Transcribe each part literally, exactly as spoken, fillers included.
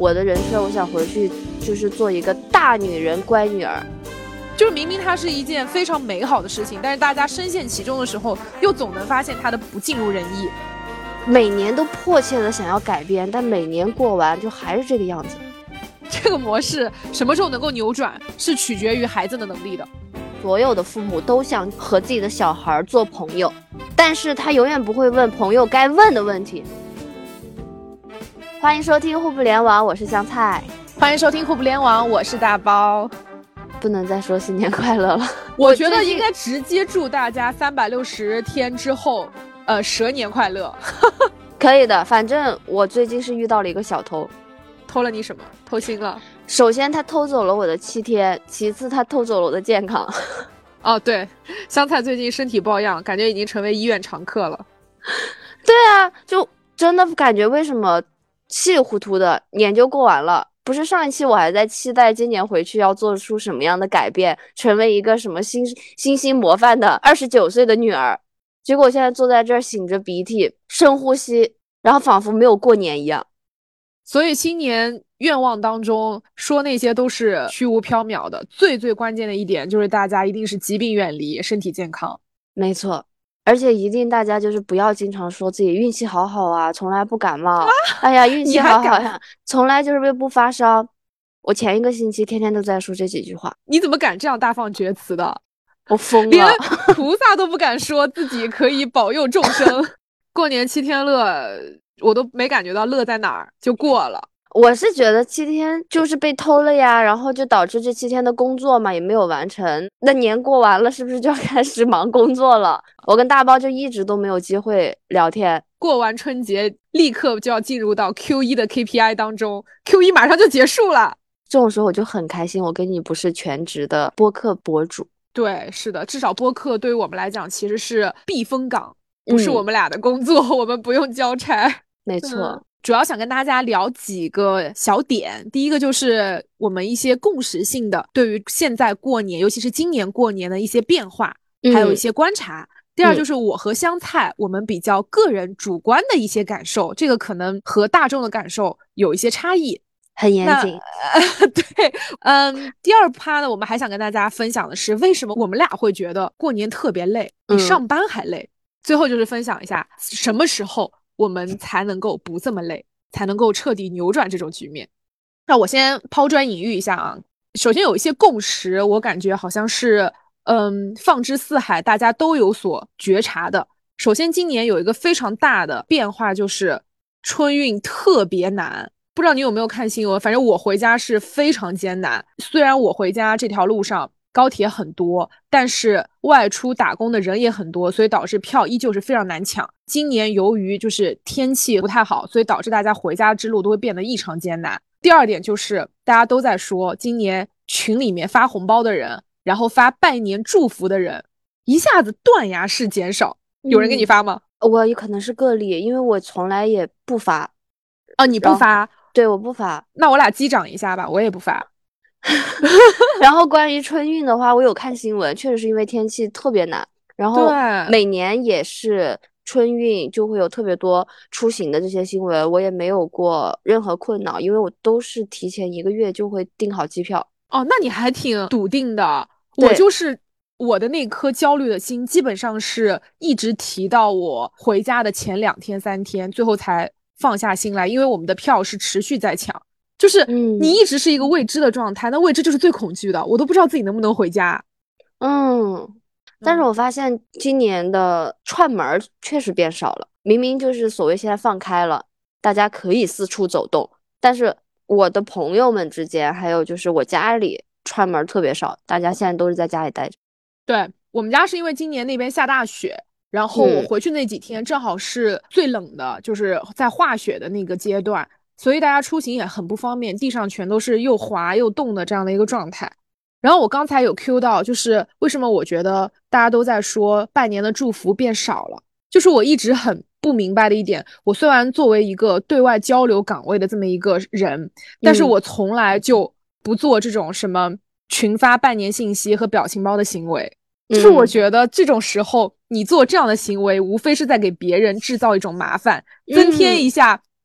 我的人设，我想回去就是做一个大女人乖女儿。 就是明明它是一件非常美好的事情，但是大家深陷其中的时候，又总能发现它的不尽如人意。 每年都迫切的想要改变，但每年过完就还是这个样子。 这个模式什么时候能够扭转，是取决于孩子的能力的。 所有的父母都想和自己的小孩做朋友，但是他永远不会问朋友该问的问题。欢迎收听互不联网，我是香菜。 欢迎收听互不联网，我是大包。 不能再说新年快乐了， 我觉得应该直接祝大家三百六十天之后呃，蛇年快乐。 可以的，反正我最近是遇到了一个小偷。 偷了你什么？偷心了？ 首先他偷走了我的七天，其次他偷走了我的健康。 哦，对，香菜最近身体抱恙，感觉已经成为医院常客了。 对啊，就真的感觉为什么稀里糊涂的年就过完了，不是上一期我还在期待今年回去要做出什么样的改变，成为一个什么新新兴模范的二十九岁的女儿，结果我现在坐在这儿擤着鼻涕深呼吸，然后仿佛没有过年一样。 所以新年愿望当中说那些都是虚无缥缈的，最最关键的一点就是大家一定是疾病远离，身体健康。 没错，而且一定大家就是不要经常说自己运气好好啊，从来不感冒、啊、哎呀运气好好呀，从来就是不发烧。我前一个星期天天都在说这几句话。 你怎么敢这样大放厥词的？ 我疯了， 连菩萨都不敢说自己可以保佑众生。过年七天乐我都没感觉到乐在哪儿，就过了。 我是觉得七天就是被偷了呀，然后就导致这七天的工作嘛也没有完成，那年过完了是不是就要开始忙工作了？我跟大包就一直都没有机会聊天。 过完春节立刻就要进入到 Q 一 的 K P I 当中， Q 一 马上就结束了。 这种时候我就很开心，我跟你不是全职的播客博主。 对，是的，至少播客对于我们来讲其实是避风港，不是我们俩的工作、嗯、我们不用交差。 没错、 嗯，主要想跟大家聊几个小点。第一个就是我们一些共识性的对于现在过年，尤其是今年过年的一些变化、嗯、还有一些观察。第二就是我和香菜、嗯、我们比较个人主观的一些感受，这个可能和大众的感受有一些差异， 很严谨。 呃、对，嗯，第二趴呢，我们还想跟大家分享的是为什么我们俩会觉得过年特别累，比上班还累、嗯、最后就是分享一下什么时候我们才能够不这么累，才能够彻底扭转这种局面。那我先抛砖引玉一下啊。首先有一些共识，我感觉好像是嗯，放之四海，大家都有所觉察的。首先今年有一个非常大的变化，就是春运特别难。不知道你有没有看新闻，反正我回家是非常艰难。虽然我回家这条路上高铁很多，但是外出打工的人也很多，所以导致票依旧是非常难抢。今年由于就是天气不太好，所以导致大家回家之路都会变得异常艰难。第二点就是大家都在说今年群里面发红包的人，然后发拜年祝福的人一下子断崖式减少。有人给你发吗？ 嗯、我有可能是个例，因为我从来也不发。 哦，你不发？ 对，我不发。 那我俩击掌一下吧，我也不发。 然后关于春运的话，我有看新闻，确实是因为天气特别难，然后每年也是春运就会有特别多出行的这些新闻，我也没有过任何困扰，因为我都是提前一个月就会订好机票。 哦，那你还挺笃定的。我就是我的那颗焦虑的心基本上是一直提到我回家的前两天三天，最后才放下心来，因为我们的票是持续在抢，就是你一直是一个未知的状态、嗯、那未知就是最恐惧的，我都不知道自己能不能回家。 嗯，但是我发现今年的串门确实变少了，明明就是所谓现在放开了，大家可以四处走动，但是我的朋友们之间还有就是我家里串门特别少，大家现在都是在家里待着。 对，我们家是因为今年那边下大雪，然后我回去那几天正好是最冷的、嗯、就是在化雪的那个阶段，所以大家出行也很不方便，地上全都是又滑又冻的这样的一个状态。然后我刚才有 Q 到，就是为什么我觉得大家都在说拜年的祝福变少了，就是我一直很不明白的一点，我虽然作为一个对外交流岗位的这么一个人，但是我从来就不做这种什么群发拜年信息和表情包的行为，就是我觉得这种时候你做这样的行为无非是在给别人制造一种麻烦，增添一下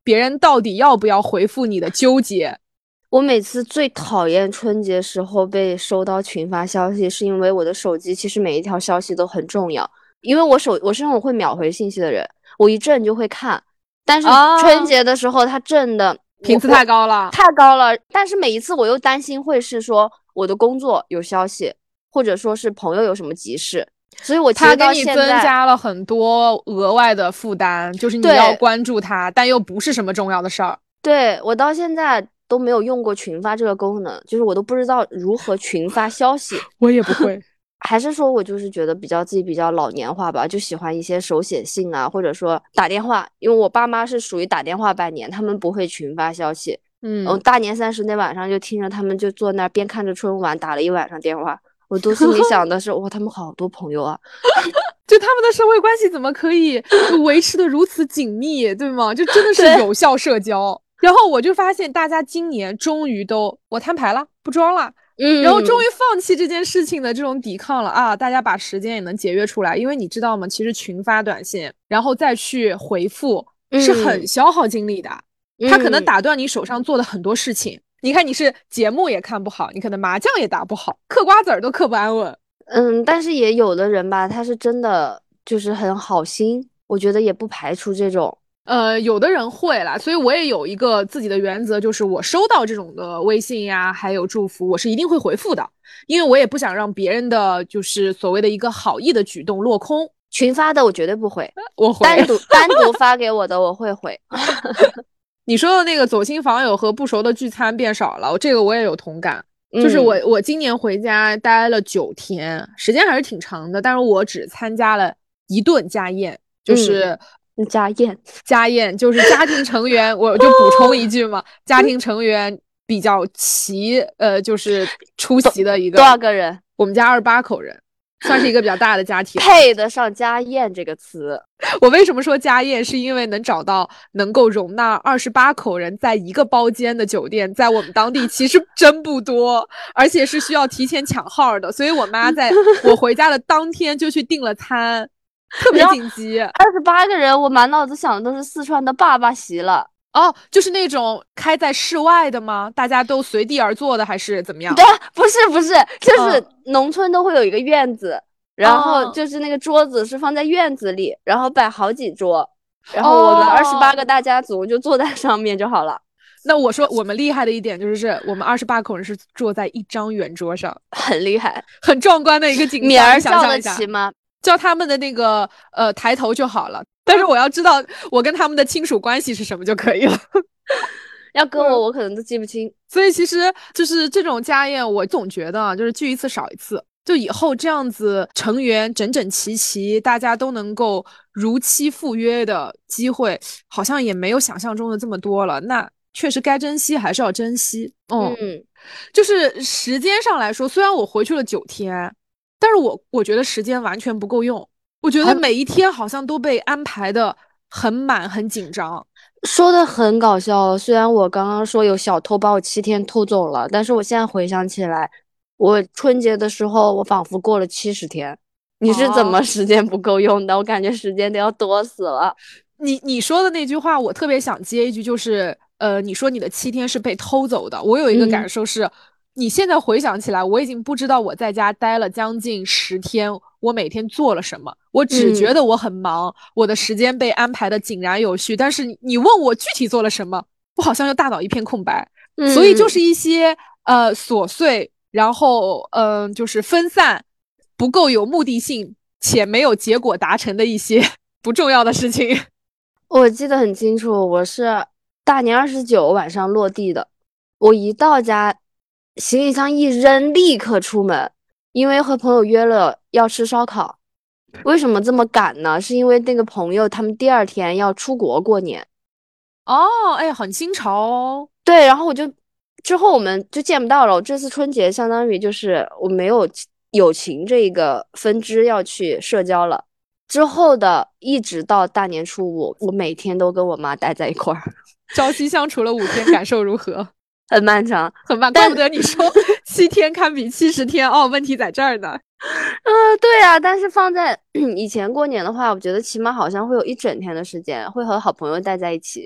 别人到底要不要回复你的纠结。 我每次最讨厌春节时候被收到群发消息，是因为我的手机其实每一条消息都很重要，因为我手我是那种会秒回信息的人，我一震就会看，但是春节的时候它震的频次太高了， 太高了。但是每一次我又担心会是说我的工作有消息，或者说是朋友有什么急事，所以我其实到现在他给你增加了很多额外的负担，就是你要关注他，但又不是什么重要的事儿。 对，我到现在都没有用过群发这个功能，就是我都不知道如何群发消息。 我也不会。 还是说我就是觉得比较自己比较老年化吧，就喜欢一些手写信啊，或者说打电话，因为我爸妈是属于打电话拜年，他们不会群发消息。 嗯， 我大年三十那晚上就听着他们就坐那儿边看着春晚打了一晚上电话，我都心里想的是哇，他们好多朋友啊。 就他们的社会关系怎么可以维持的如此紧密，对吗？就真的是有效社交。然后我就发现大家今年终于都我摊牌了，不装了。 嗯， 然后终于放弃这件事情的这种抵抗了啊！大家把时间也能节约出来，因为你知道吗？其实群发短信，然后再去回复是很消耗精力的，嗯、它可能打断你手上做的很多事情。嗯、你看，你是节目也看不好，你可能麻将也打不好，嗑瓜子儿都嗑不安稳。 嗯，但是也有的人吧，他是真的就是很好心，我觉得也不排除这种。 呃，有的人会啦，所以我也有一个自己的原则，就是我收到这种的微信呀，还有祝福，我是一定会回复的，因为我也不想让别人的就是所谓的一个好意的举动落空。 群发的我绝对不回， 我回单独单独发给我的我会回。 你说的那个走亲访友和不熟的聚餐变少了，这个我也有同感。就是我、嗯、我今年回家待了九天，时间还是挺长的，但是我只参加了一顿家宴，就是。 嗯家宴， 家宴就是家庭成员，我就补充一句嘛，家庭成员比较齐，呃，就是出席的一个。 多少个人？ 我们家二十八口人，算是一个比较大的家庭， 配得上家宴这个词。 我为什么说家宴？是因为能找到能够容纳二十八口人在一个包间的酒店，在我们当地其实真不多，而且是需要提前抢号的，所以我妈在我回家的当天就去订了餐。特别紧急， 二十八个人，我满脑子想的都是四川的爸爸席了。 哦，就是那种开在室外的吗？大家都随地而坐的，还是怎么样？ 对，不是不是，就是农村都会有一个院子，嗯、然后就是那个桌子是放在院子里，然后摆好几桌，然后我们二十八个大家族就坐在上面就好了。 那我说我们厉害的一点就是，我们二十八口人是坐在一张圆桌上， 很厉害， 很壮观的一个景象。 名儿叫得起吗？ 叫他们的那个呃抬头就好了，但是我要知道我跟他们的亲属关系是什么就可以了。 要跟我，我可能都记不清。 所以其实就是这种家宴，我总觉得啊，就是聚一次少一次。就以后这样子成员整整齐齐，大家都能够如期赴约的机会，好像也没有想象中的这么多了。那确实该珍惜还是要珍惜。嗯，嗯就是时间上来说，虽然我回去了九天。但是我我觉得时间完全不够用，我觉得每一天好像都被安排的很满很紧张， 说的很搞笑。虽然我刚刚说有小偷把我七天偷走了，但是我现在回想起来，我春节的时候我仿佛过了七十天。你是怎么时间不够用的？哦、我感觉时间都要多死了。 你你说的那句话，我特别想接一句，就是呃，你说你的七天是被偷走的，我有一个感受是。嗯你现在回想起来，我已经不知道我在家待了将近十天，我每天做了什么。我只觉得我很忙，嗯、我的时间被安排的井然有序。但是你问我具体做了什么，我好像就大脑一片空白。嗯、所以就是一些呃琐碎，然后嗯、呃、就是分散，不够有目的性且没有结果达成的一些不重要的事情。 我记得很清楚，我是大年二十九晚上落地的，我一到家。行李箱一扔，立刻出门，因为和朋友约了要吃烧烤。为什么这么赶呢？是因为那个朋友他们第二天要出国过年。 哦，哎，很新潮哦。 对，然后我就之后我们就见不到了。我这次春节相当于就是我没有友情这一个分支要去社交了。之后的一直到大年初五，我每天都跟我妈待在一块儿， 朝夕相处了五天，感受如何？ 很漫长， 很漫，怪不得你说七天堪比七十天哦，问题在这儿呢。 呃，对啊，但是放在以前过年的话，我觉得起码好像会有一整天的时间会和好朋友待在一起。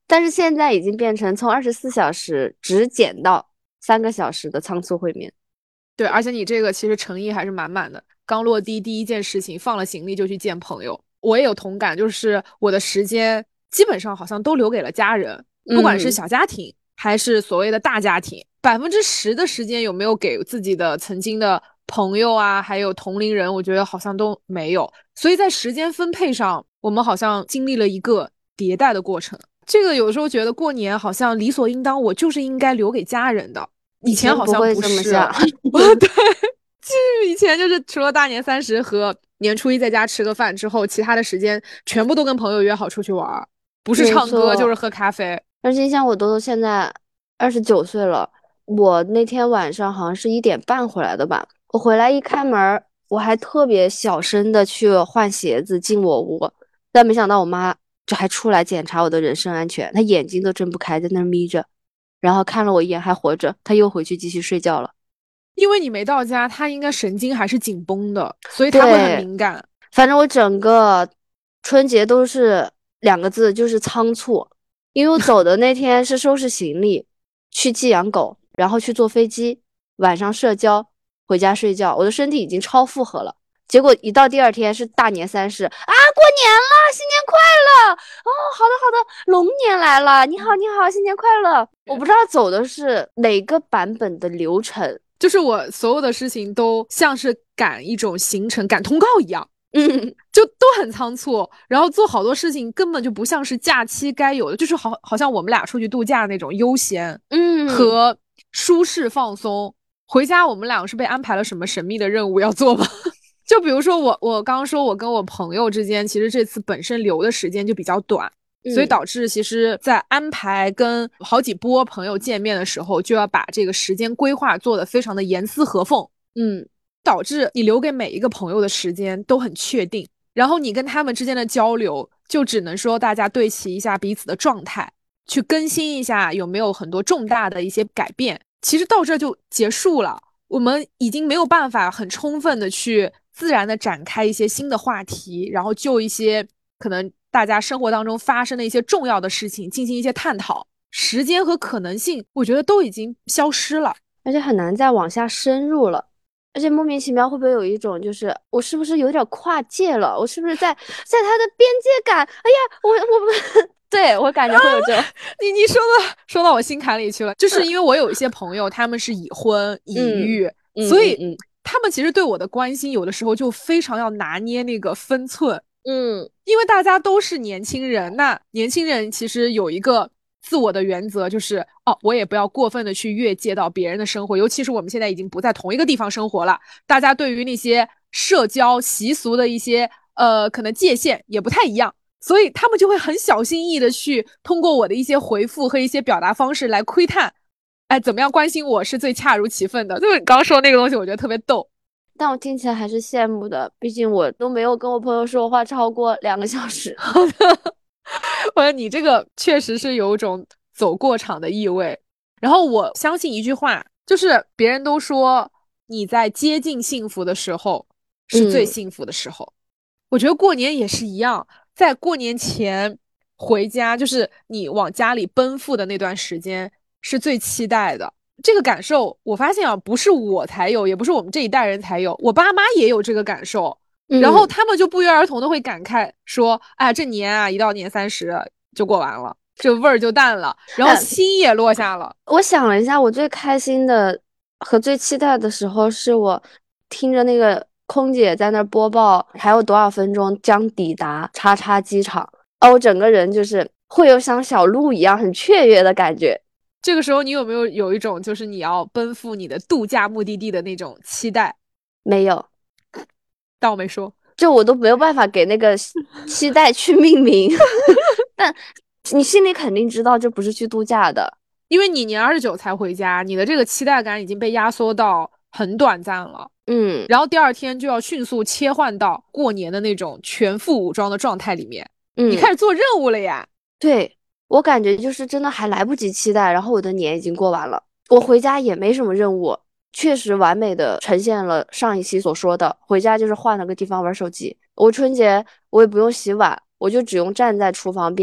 但是现在已经变成从二十四小时只减到三个小时的仓促会面。 对，而且你这个其实诚意还是满满的。刚落地第一件事情，放了行李就去见朋友。我也有同感，就是我的时间基本上好像都留给了家人，不管是小家庭、嗯、还是所谓的大家庭，百分之十的时间有没有给自己的曾经的朋友啊，还有同龄人，我觉得好像都没有。所以在时间分配上，我们好像经历了一个迭代的过程。这个有时候觉得过年好像理所应当，我就是应该留给家人的。以前好像不是，对，就是以前就是除了大年三十和年初一在家吃个饭之后，其他的时间全部都跟朋友约好出去玩，不是唱歌就是喝咖啡。 而且像我豆豆现在二十九岁了，我那天晚上好像是一点半回来的吧，我回来一开门，我还特别小声的去换鞋子进我屋，但没想到我妈就还出来检查我的人身安全，她眼睛都睁不开，在那眯着。然后看了我一眼还活着，他又回去继续睡觉了。 因为你没到家，他应该神经还是紧绷的，所以他会很敏感。 反正我整个春节都是两个字，就是仓促。因为我走的那天是收拾行李去寄养狗，然后去坐飞机，晚上社交，回家睡觉，我的身体已经超负荷了。结果一到第二天是大年三十啊，过年了，新年快乐！哦，好的好的，龙年来了，你好你好，新年快乐！我不知道走的是哪个版本的流程， 就是我所有的事情都像是赶一种行程、赶通告一样， 嗯， 就都很仓促，然后做好多事情根本就不像是假期该有的，就是好好像我们俩出去度假那种悠闲， 嗯， 和舒适放松。回家我们俩是被安排了什么神秘的任务要做吗？就比如说我我刚刚说我跟我朋友之间其实这次本身留的时间就比较短， 嗯、 所以导致其实在安排跟好几波朋友见面的时候就要把这个时间规划做得非常的严丝合缝， 嗯， 导致你留给每一个朋友的时间都很确定，然后你跟他们之间的交流就只能说大家对齐一下彼此的状态，去更新一下有没有很多重大的一些改变，其实到这就结束了，我们已经没有办法很充分的去自然的展开一些新的话题，然后就一些可能大家生活当中发生的一些重要的事情进行一些探讨，时间和可能性我觉得都已经消失了， 而且很难再往下深入了，而且莫名其妙会不会有一种就是我是不是有点跨界了，我是不是在在他的边界感，哎呀我我对我感觉会有这种、啊、 你你说到说到我心坎里去了，就是因为我有一些朋友他们是已婚已育、 嗯、 所以、 嗯嗯、 他们其实对我的关心有的时候就非常要拿捏那个分寸， 嗯， 因为大家都是年轻人，那年轻人其实有一个自我的原则，就是哦，我也不要过分的去越界到别人的生活，尤其是我们现在已经不在同一个地方生活了，大家对于那些社交习俗的一些呃可能界限也不太一样，所以他们就会很小心翼翼的去通过我的一些回复和一些表达方式来窥探，哎，怎么样关心我是最恰如其分的。就是你刚刚说的那个东西，我觉得特别逗。 但我听起来还是羡慕的，毕竟我都没有跟我朋友说话超过两个小时。 我觉得你这个确实是有种走过场的意味。然后我相信一句话，就是别人都说你在接近幸福的时候是最幸福的时候。嗯、我觉得过年也是一样，在过年前回家，就是你往家里奔赴的那段时间是最期待的。这个感受我发现啊，不是我才有，也不是我们这一代人才有，我爸妈也有这个感受。然后他们就不约而同的会感慨说，哎，这年啊，一到年三十就过完了，这味儿就淡了，然后心也落下了。 我想了一下，我最开心的和最期待的时候，是我听着那个空姐在那播报还有多少分钟将抵达叉叉机场，哦，我整个人就是会有像小鹿一样很雀跃的感觉。 这个时候你有没有有一种就是你要奔赴你的度假目的地的那种期待？ 没有。 但我没说， 就我都没有办法给那个期待去命名。但你心里肯定知道这不是去度假的， 因为你年二十九才回家，你的这个期待感已经被压缩到很短暂了。 嗯， 然后第二天就要迅速切换到过年的那种全副武装的状态里面。嗯，你开始做任务了呀。 对，我感觉就是真的还来不及期待，然后我的年已经过完了，我回家也没什么任务，确实完美的呈现了上一期所说的，回家就是换了个地方玩手机。我春节我也不用洗碗，我就只用站在厨房边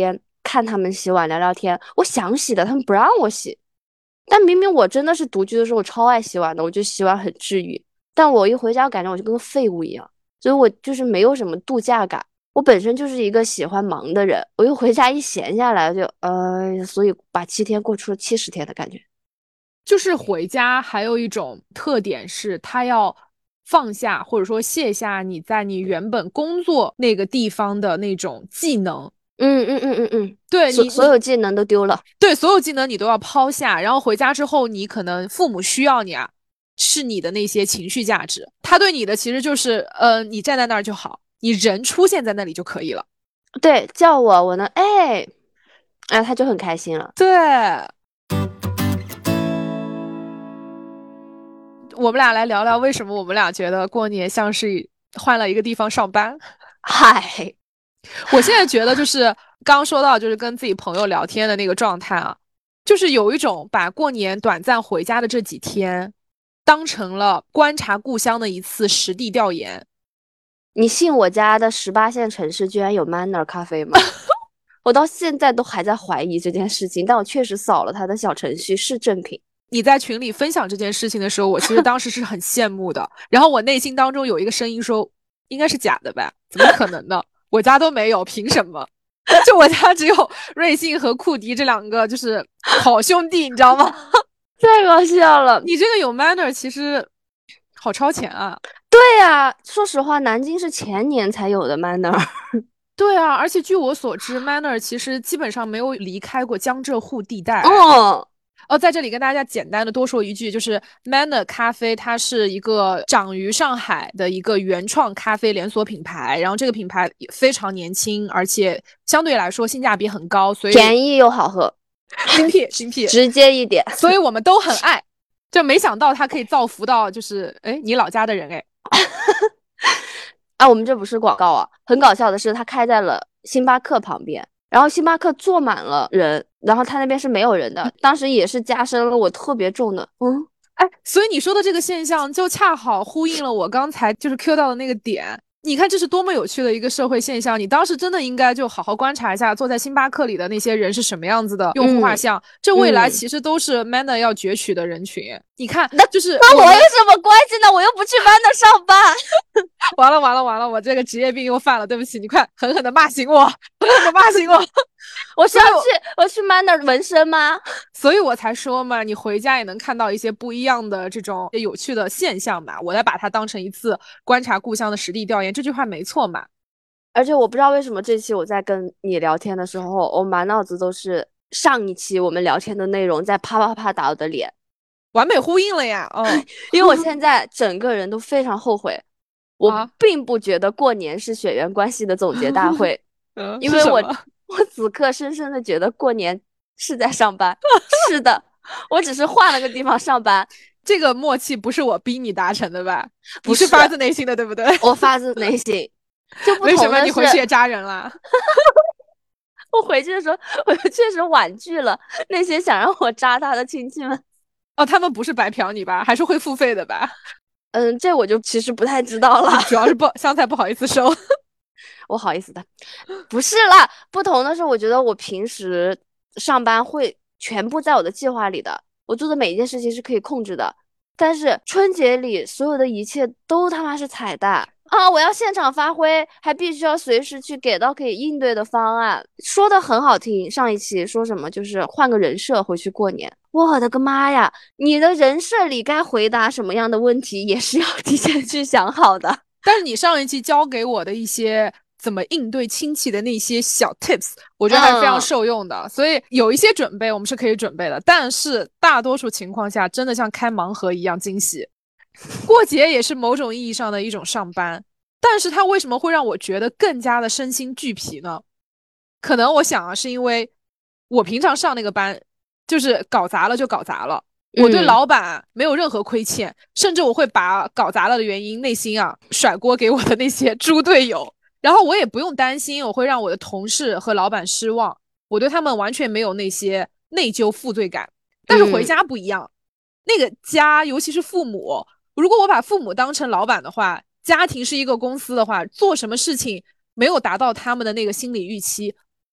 看他们洗碗聊聊天。我想洗的，他们不让我洗。但明明我真的是独居的时候，我超爱洗碗的，我觉得洗碗很治愈。但我一回家，感觉我就跟个废物一样，所以我就是没有什么度假感。我本身就是一个喜欢忙的人，我一回家一闲下来就呃，所以把七天过出了七十天的感觉。 就是回家还有一种特点是，他要放下或者说卸下你在你原本工作那个地方的那种技能。 嗯嗯嗯嗯嗯， 对你所有技能都丢了。 对，所有技能你都要抛下，然后回家之后，你可能父母需要你啊，是你的那些情绪价值，他对你的其实就是，呃，你站在那儿就好，你人出现在那里就可以了。 对，叫我我能，哎，哎，他就很开心了。 对，我们俩来聊聊为什么我们俩觉得过年像是换了一个地方上班。 嗨。 我现在觉得就是刚刚说到就是跟自己朋友聊天的那个状态啊，就是有一种把过年短暂回家的这几天当成了观察故乡的一次实地调研。 你信我家的十八线城市居然有 Manner 咖啡吗？我到现在都还在怀疑这件事情，但我确实扫了他的小程序，是正品。 你在群里分享这件事情的时候，我其实当时是很羡慕的，然后我内心当中有一个声音说应该是假的吧，怎么可能呢？我家都没有，凭什么？就我家只有瑞幸和库迪这两个就是好兄弟，你知道吗？ 太搞笑了。 你这个有 Manner 其实好超前啊。 对呀、啊，说实话南京是前年才有的 Manner。 对啊，而且据我所知 Manner 其实基本上没有离开过江浙沪地带。 哦哦，在这里跟大家简单的多说一句，就是 Manner 咖啡它是一个长于上海的一个原创咖啡连锁品牌，然后这个品牌非常年轻，而且相对来说性价比很高，所以便宜又好喝。 精辟精辟， 直接一点， 所以我们都很爱。就没想到它可以造福到就是哎你老家的人哎。 啊，我们这不是广告啊，很搞笑的是，它开在了星巴克旁边，然后星巴克坐满了人，然后他那边是没有人的，当时也是加深了我特别重的，嗯， 哎，所以你说的这个现象就恰好呼应了我刚才就是 Q 到的那个点。你看这是多么有趣的一个社会现象，你当时真的应该就好好观察一下坐在星巴克里的那些人是什么样子的用户画像，嗯、这未来其实都是 Manner 要攫取的人群。嗯、你看，那就是那我有什么关系呢？我又不去 Manner 上班。 完了完了完了，我这个职业病又犯了，对不起，你快狠狠的骂醒我，狠狠的骂醒我。 我是要去我去 Manner 纹身吗？ 所以我才说嘛，你回家也能看到一些不一样的这种有趣的现象嘛。我来把它当成一次观察故乡的实地调研，这句话没错嘛。 而且我不知道为什么这期我在跟你聊天的时候，我满脑子都是上一期我们聊天的内容在啪啪啪打我的脸， 完美呼应了呀。哦， 因为我现在整个人都非常后悔，我并不觉得过年是血缘关系的总结大会， 嗯、 因为我我此刻深深的觉得过年是在上班。是的，我只是换了个地方上班。 这个默契不是我逼你达成的吧？不是发自内心的，对不对？ 我发自内心。就不同的是， 为什么你回去也扎人了？ 我回去的时候，我确实婉拒了那些想让我扎他的亲戚们。 哦，他们不是白嫖你吧？还是会付费的吧？ 嗯，这我就其实不太知道了。 主要是不香菜不好意思收。 我好意思的，不是啦。不同的是，我觉得我平时上班会全部在我的计划里的，我做的每一件事情是可以控制的。但是春节里所有的一切都他妈是彩蛋啊！我要现场发挥，还必须要随时去给到可以应对的方案。说的很好听，上一期说什么就是换个人设回去过年。我的个妈呀！你的人设里该回答什么样的问题，也是要提前去想好的。 但是你上一期教给我的一些怎么应对亲戚的那些小 tips， 我觉得还是非常受用的、嗯、所以有一些准备我们是可以准备的，但是大多数情况下真的像开盲盒一样惊喜。过节也是某种意义上的一种上班，但是它为什么会让我觉得更加的身心俱疲呢？可能我想啊，是因为我平常上那个班就是搞砸了就搞砸了，我对老板没有任何亏欠、嗯、甚至我会把搞砸了的原因内心啊甩锅给我的那些猪队友，然后我也不用担心我会让我的同事和老板失望，我对他们完全没有那些内疚负罪感。但是回家不一样、嗯、那个家尤其是父母，如果我把父母当成老板的话，家庭是一个公司的话，做什么事情没有达到他们的那个心理预期，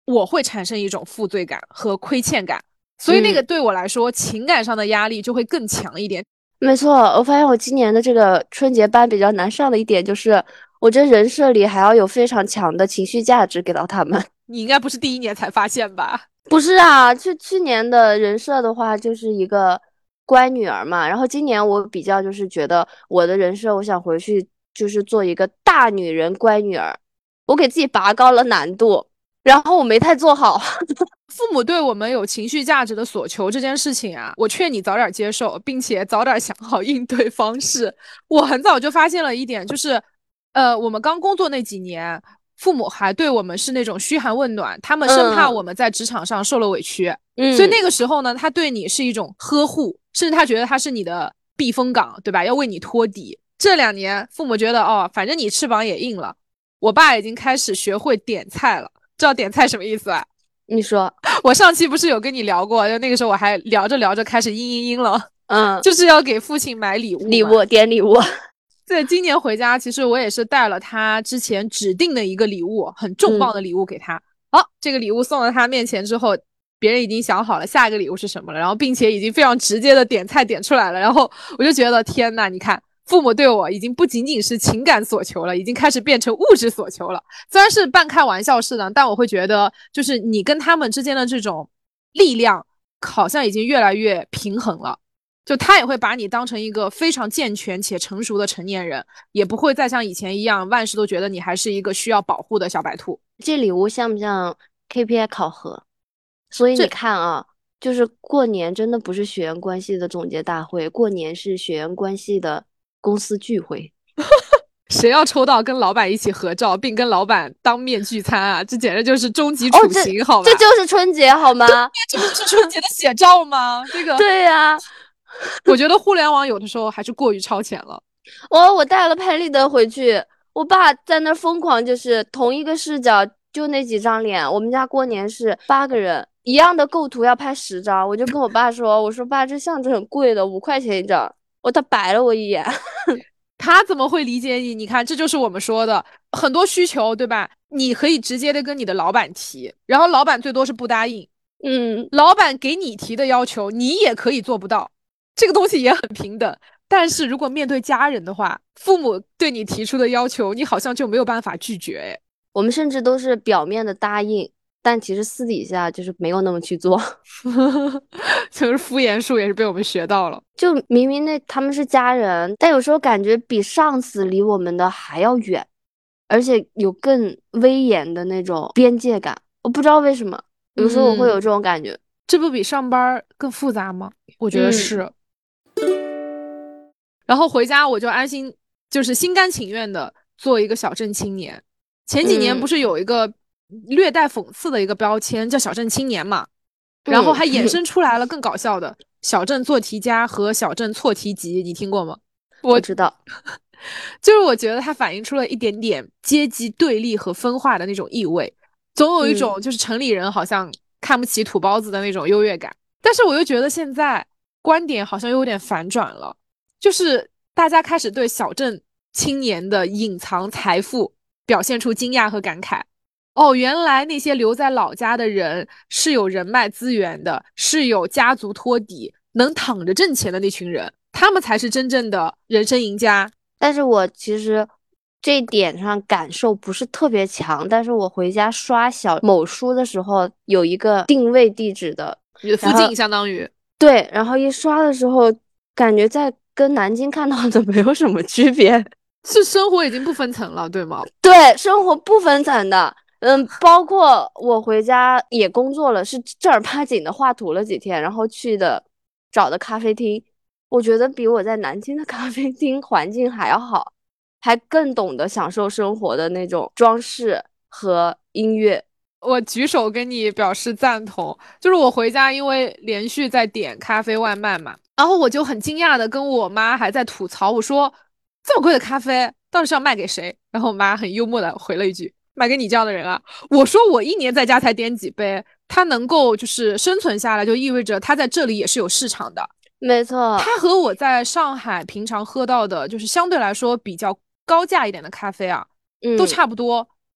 我会产生一种负罪感和亏欠感，所以那个对我来说、嗯、情感上的压力就会更强一点。 没错，我发现我今年的这个春节班比较难上的一点就是，我这人设里还要有非常强的情绪价值给到他们。 你应该不是第一年才发现吧？ 不是啊，去去年的人设的话就是一个乖女儿嘛，然后今年我比较就是觉得我的人设，我想回去就是做一个大女人乖女儿，我给自己拔高了难度，然后我没太做好。 父母对我们有情绪价值的索求这件事情啊，我劝你早点接受，并且早点想好应对方式。我很早就发现了一点，就是呃，我们刚工作那几年，父母还对我们是那种嘘寒问暖，他们生怕我们在职场上受了委屈，嗯，所以那个时候呢，他对你是一种呵护，甚至他觉得他是你的避风港，对吧？要为你托底。这两年父母觉得哦，反正你翅膀也硬了，我爸已经开始学会点菜了。知道点菜什么意思啊？ 你说。 我上期不是有跟你聊过，就那个时候我还聊着聊着开始嘤嘤嘤了， 嗯， 就是要给父亲买礼物， 礼物点礼物。 对，今年回家，其实我也是带了他之前指定的一个礼物，很重磅的礼物给他。好、嗯哦，这个礼物送到他面前之后，别人已经想好了下一个礼物是什么了，然后并且已经非常直接的点菜点出来了，然后我就觉得天哪，你看。父母对我已经不仅仅是情感所求了，已经开始变成物质所求了。虽然是半开玩笑式的，但我会觉得就是你跟他们之间的这种力量好像已经越来越平衡了。就他也会把你当成一个非常健全且成熟的成年人，也不会再像以前一样万事都觉得你还是一个需要保护的小白兔。 这礼物像不像 K P I 考核？所以你看啊，就是过年真的不是血缘关系的总结大会，过年是血缘关系的公司聚会。 谁要抽到跟老板一起合照并跟老板当面聚餐啊，这简直就是终极处刑、哦、好吧， 这就是春节好吗？ 这不是春节的写照吗？这个对呀、啊， 我觉得互联网有的时候还是过于超前了。 我我带了拍立得回去，我爸在那疯狂，就是同一个视角就那几张脸，我们家过年是八个人，一样的构图要拍十张，我就跟我爸说，我说爸，这相纸很贵的，五块钱一张。我他白了我一眼。 他怎么会理解你？你看，这就是我们说的很多需求，对吧？你可以直接的跟你的老板提，然后老板最多是不答应。 嗯， 老板给你提的要求，你也可以做不到，这个东西也很平等。但是如果面对家人的话，父母对你提出的要求，你好像就没有办法拒绝。哎， 我们甚至都是表面的答应，但其实私底下就是没有那么去做。 就是敷衍术也是被我们学到了。 就明明那他们是家人，但有时候感觉比上司离我们的还要远，而且有更威严的那种边界感。我不知道为什么，有时候我会有这种感觉。嗯、 这不比上班更复杂吗？我觉得是。嗯、然后回家我就安心，就是心甘情愿的做一个小镇青年。前几年不是有一个略带讽刺的一个标签叫小镇青年嘛？然后还衍生出来了更搞笑的小镇做题家和小镇错题集，你听过吗？ 我知道。 就是我觉得它反映出了一点点阶级对立和分化的那种意味，总有一种就是城里人好像看不起土包子的那种优越感。但是我又觉得现在观点好像有点反转了，就是大家开始对小镇青年的隐藏财富表现出惊讶和感慨。哦，原来那些留在老家的人是有人脉资源的，是有家族托底，能躺着挣钱的那群人，他们才是真正的人生赢家。 但是我其实这一点上感受不是特别强，但是我回家刷小某书的时候，有一个定位地址的， 你的附近相当于对，然后一刷的时候，感觉在跟南京看到的没有什么区别， 是生活已经不分层了，对吗？ 对，生活不分层的。嗯，包括我回家也工作了，是正儿八经的画图了几天，然后去的找的咖啡厅，我觉得比我在南京的咖啡厅环境还要好，还更懂得享受生活的那种装饰和音乐。 我举手跟你表示赞同，就是我回家因为连续在点咖啡外卖嘛，然后我就很惊讶的跟我妈还在吐槽，我说这么贵的咖啡到底是要卖给谁？然后我妈很幽默的回了一句，卖给你这样的人啊。我说我一年在家才点几杯，他能够就是生存下来，就意味着他在这里也是有市场的。 没错， 他和我在上海平常喝到的就是相对来说比较高价一点的咖啡啊， 嗯、 都差不多。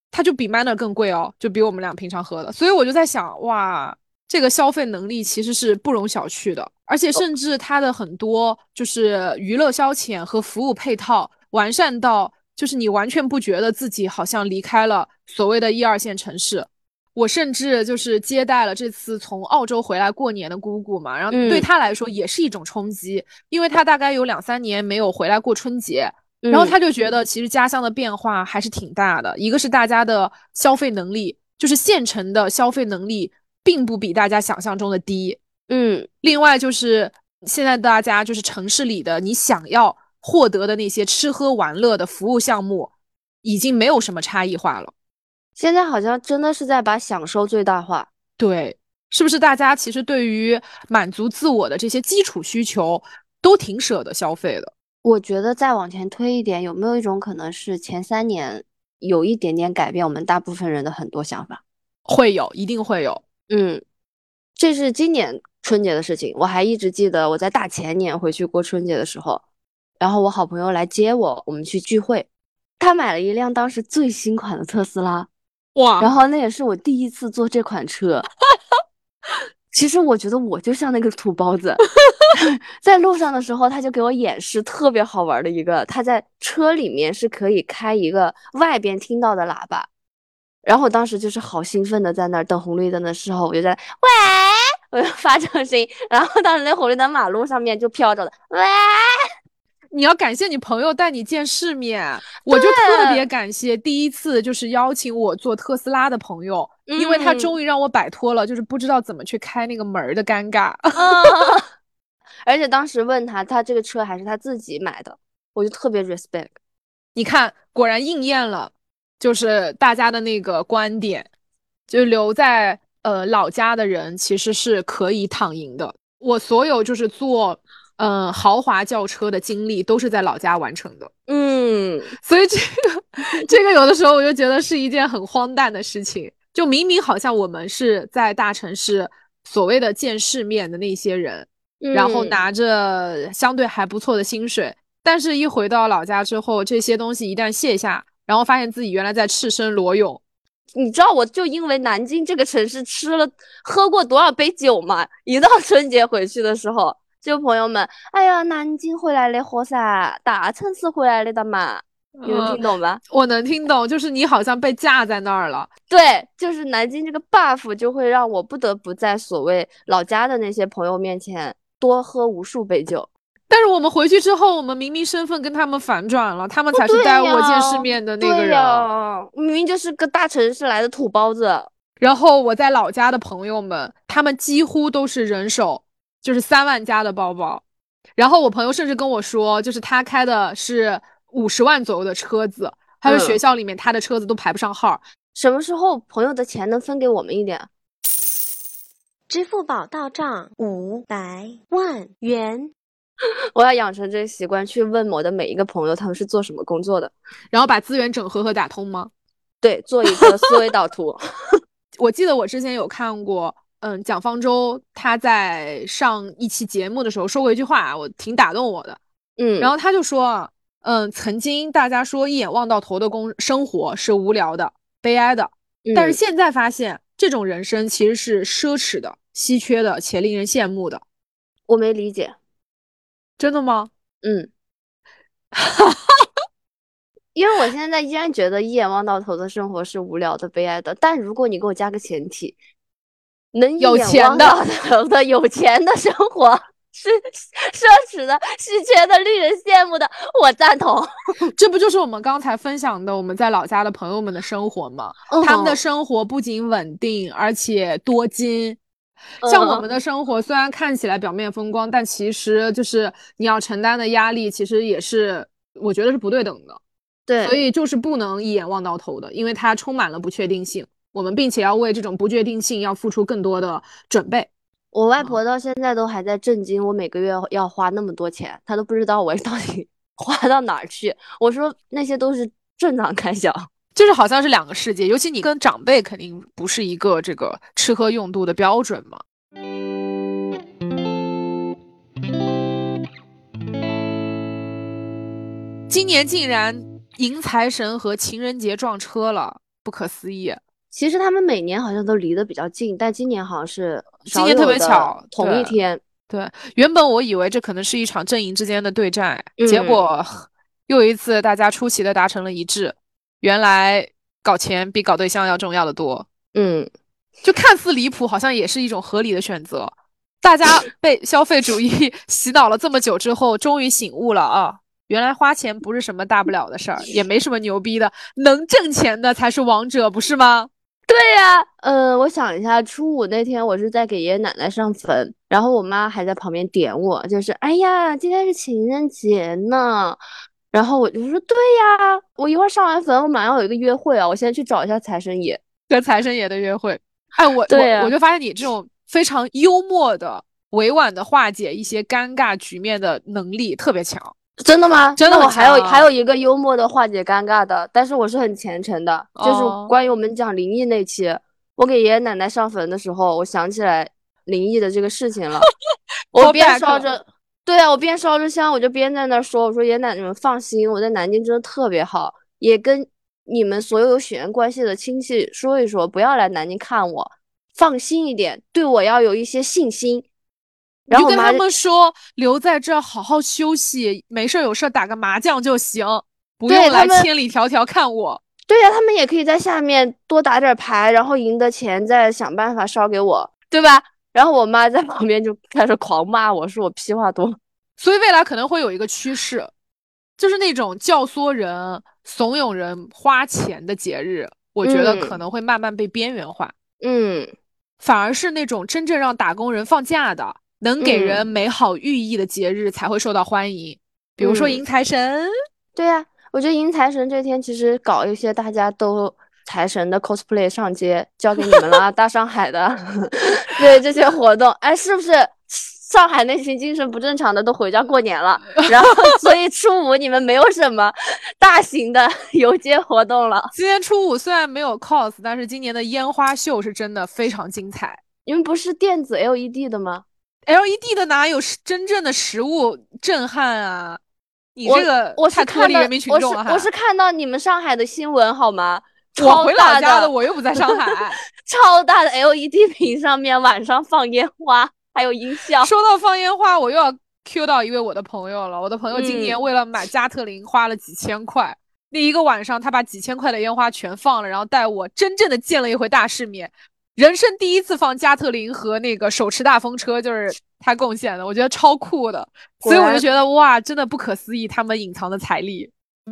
它就比 Manner 更贵哦，就比我们俩平常喝的。所以我就在想，哇，这个消费能力其实是不容小觑的，而且甚至它的很多就是娱乐消遣和服务配套完善到，就是你完全不觉得自己好像离开了所谓的一二线城市。我甚至就是接待了这次从澳洲回来过年的姑姑嘛，然后对她来说也是一种冲击，嗯、因为她大概有两三年没有回来过春节，然后她就觉得其实家乡的变化还是挺大的。一个是大家的消费能力，就是县城的消费能力并不比大家想象中的低， 嗯， 另外就是现在大家就是城市里的你想要获得的那些吃喝玩乐的服务项目，已经没有什么差异化了。 现在好像真的是在把享受最大化。 对，是不是大家其实对于满足自我的这些基础需求都挺舍得消费的？ 我觉得再往前推一点，有没有一种可能是前三年有一点点改变我们大部分人的很多想法？ 会有，一定会有。 嗯，这是今年春节的事情，我还一直记得我在大前年回去过春节的时候，然后我好朋友来接我，我们去聚会，他买了一辆当时最新款的特斯拉。 哇！ 然后那也是我第一次坐这款车。其实我觉得我就像那个土包子，在路上的时候，他就给我演示特别好玩的一个，他在车里面是可以开一个外边听到的喇叭，然后我当时就是好兴奋的在那儿等红绿灯的时候，我就在喂，我就发这种声音，然后当时那红绿灯马路上面就飘着的喂。 你要感谢你朋友带你见世面，我就特别感谢第一次就是邀请我坐特斯拉的朋友， 嗯、 因为他终于让我摆脱了就是不知道怎么去开那个门的尴尬。 嗯、而且当时问他，他这个车还是他自己买的，我就特别 respect。 你看，果然应验了，就是大家的那个观点，就留在呃老家的人其实是可以躺赢的。我所有就是坐。嗯、呃，豪华轿车的经历都是在老家完成的。 嗯， 所以这个这个有的时候我就觉得是一件很荒诞的事情。就明明好像我们是在大城市所谓的见世面的那些人， 嗯、 然后拿着相对还不错的薪水，但是一回到老家之后，这些东西一旦卸下，然后发现自己原来在赤身裸泳。 你知道我就因为南京这个城市吃了喝过多少杯酒吗？一到春节回去的时候。就朋友们，哎呀，南京回来的喝噻，大城市回来的嘛，你能听懂吧？ 嗯、我能听懂，就是你好像被架在那儿了。 对，就是南京这个 buff 就会让我不得不在所谓老家的那些朋友面前多喝无数杯酒。 但是我们回去之后，我们明明身份跟他们反转了，他们才是带我见世面的那个人。 哦、明明就是个大城市来的土包子。 然后我在老家的朋友们，他们几乎都是人手就是三万加的包包，然后我朋友甚至跟我说，就是他开的是五十万左右的车子，他说学校里面他的车子都排不上号。 嗯、什么时候朋友的钱能分给我们一点？ 支付宝到账五百万元。 我要养成这个习惯，去问我的每一个朋友他们是做什么工作的， 然后把资源整合和打通吗？ 对，做一个思维导图。 我记得我之前有看过。嗯，蒋方舟他在上一期节目的时候说过一句话，我挺打动我的。 嗯， 然后他就说，嗯，曾经大家说一眼望到头的工生活是无聊的、悲哀的， 嗯、 但是现在发现这种人生其实是奢侈的、稀缺的且令人羡慕的。 我没理解， 真的吗？ 嗯，因为我现在依然觉得一眼望到头的生活是无聊的、悲哀的，但如果你给我加个前提。能有钱的的有钱的生活是奢侈的、稀缺的、令人羡慕的，我赞同。 这不就是我们刚才分享的我们在老家的朋友们的生活吗？嗯、他们的生活不仅稳定，而且多金。嗯、像我们的生活虽然看起来表面风光，但其实就是你要承担的压力，其实也是我觉得是不对等的。 对， 所以就是不能一眼望到头的，因为它充满了不确定性。我们并且要为这种不确定性要付出更多的准备。 我外婆到现在都还在震惊，我每个月要花那么多钱，她都不知道我到底花到哪儿去。我说那些都是正常开销， 就是好像是两个世界，尤其你跟长辈肯定不是一个这个吃喝用度的标准嘛。今年竟然迎财神和情人节撞车了。 不可思议。 其实他们每年好像都离得比较近，但今年好像是今年特别巧， 同一天。 对，对，原本我以为这可能是一场阵营之间的对战， 嗯、 结果又一次大家出奇的达成了一致。原来搞钱比搞对象要重要的多。 嗯， 就看似离谱，好像也是一种合理的选择。大家被消费主义洗脑了这么久之后，终于醒悟了啊！原来花钱不是什么大不了的事儿，也没什么牛逼的，能挣钱的才是王者，不是吗？ 对呀、啊，呃，我想一下，初五那天我是在给爷爷奶奶上坟，然后我妈还在旁边点我，就是哎呀，今天是情人节呢。然后我就说对呀，我一会儿上完坟，我马上有一个约会啊，我先去找一下财神爷， 跟财神爷的约会。哎，我对、啊、 我我就发现你这种非常幽默的、委婉的化解一些尴尬局面的能力特别强。 真的吗？ 真的， 我还有还有一个幽默的化解尴尬的，但是我是很虔诚的，哦、就是关于我们讲灵异那期，我给爷爷奶奶上坟的时候，我想起来灵异的这个事情了，我边烧着，对啊，我边烧着香，我就边在那说，我说爷爷奶奶们放心，我在南京真的特别好，也跟你们所有有血缘关系的亲戚说一说，不要来南京看我，放心一点，对我要有一些信心。 然后你就跟他们说，留在这好好休息，没事有事打个麻将就行，不用来千里迢迢看我。 对呀、啊，他们也可以在下面多打点牌，然后赢得钱再想办法烧给我，对吧？然后我妈在旁边就开始狂骂我，说我屁话多。 所以未来可能会有一个趋势，就是那种教唆人、怂恿人花钱的节日，我觉得可能会慢慢被边缘化。 嗯， 反而是那种真正让打工人放假的，能给人美好寓意的节日才会受到欢迎。嗯、比如说迎财神。 嗯、对呀、啊，我觉得迎财神这天其实搞一些大家都财神的 cosplay 上街，交给你们了，大上海的，对这些活动，哎，是不是？上海那群精神不正常的都回家过年了，然后所以初五你们没有什么大型的游街活动了。 今年初五虽然没有 cos， 但是今年的烟花秀是真的非常精彩。 你们不是电子 L E D 的吗？ L E D 的哪有真正的实物震撼啊？你这个太脱离人民群众了哈！ 我是我是看到你们上海的新闻好吗？ 我回老家的，我又不在上海。 超大的 L E D 屏上面晚上放烟花。还有音效。 说到放烟花，我又要 Q 到一位我的朋友了。我的朋友今年为了买加特林花了几千块，那、嗯、一个晚上他把几千块的烟花全放了，然后带我真正的见了一回大世面。人生第一次放加特林和那个手持大风车，就是他贡献的，我觉得超酷的。所以我就觉得哇，真的不可思议，他们隐藏的财力。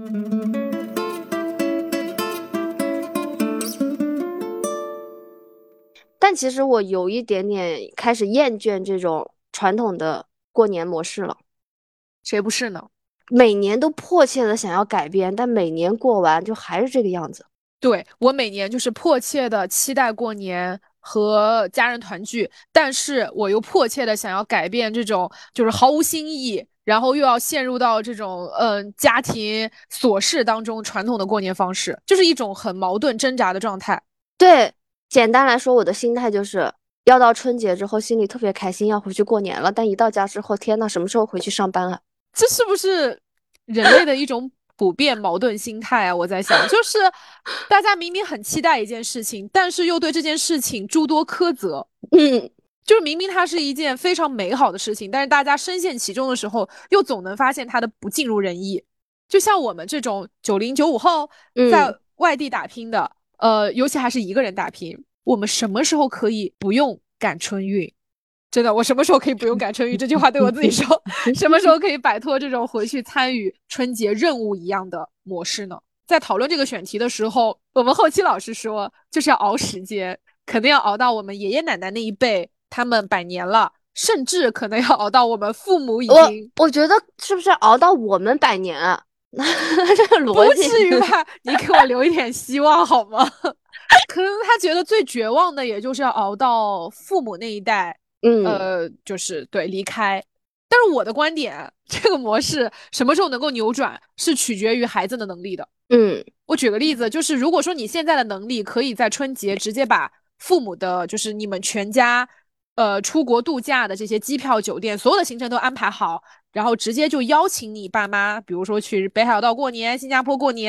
但其实我有一点点开始厌倦这种传统的过年模式了。 谁不是呢？ 每年都迫切的想要改变，但每年过完就还是这个样子。 对，我每年就是迫切的期待过年和家人团聚，但是我又迫切的想要改变这种就是毫无新意，然后又要陷入到这种嗯、呃、家庭琐事当中传统的过年方式，就是一种很矛盾挣扎的状态。 对，简单来说，我的心态就是要到春节之后心里特别开心，要回去过年了，但一到家之后，天哪，什么时候回去上班啊？ 这是不是人类的一种普遍矛盾心态啊？我在想，就是大家明明很期待一件事情，但是又对这件事情诸多苛责。 嗯， 就是明明它是一件非常美好的事情，但是大家深陷其中的时候，又总能发现它的不尽如人意。就像我们这种九零九五后在外地打拼的，嗯、呃，尤其还是一个人打拼，我们什么时候可以不用赶春运？真的，我什么时候可以不用赶春运？这句话对我自己说，什么时候可以摆脱这种回去参与春节任务一样的模式呢？在讨论这个选题的时候，我们后期老师说，就是要熬时间，肯定要熬到我们爷爷奶奶那一辈，他们百年了，甚至可能要熬到我们父母已经…… 我我觉得是不是熬到我们百年啊？这个逻辑不至于吧？你给我留一点希望好吗？可能他觉得最绝望的，也就是要熬到父母那一代。 嗯， 呃，就是对离开，但是我的观点，这个模式什么时候能够扭转，是取决于孩子的能力的。 嗯， 我举个例子，就是如果说你现在的能力可以在春节直接把父母的，就是你们全家，呃，出国度假的这些机票、酒店，所有的行程都安排好，然后直接就邀请你爸妈，比如说去北海道过年、新加坡过年，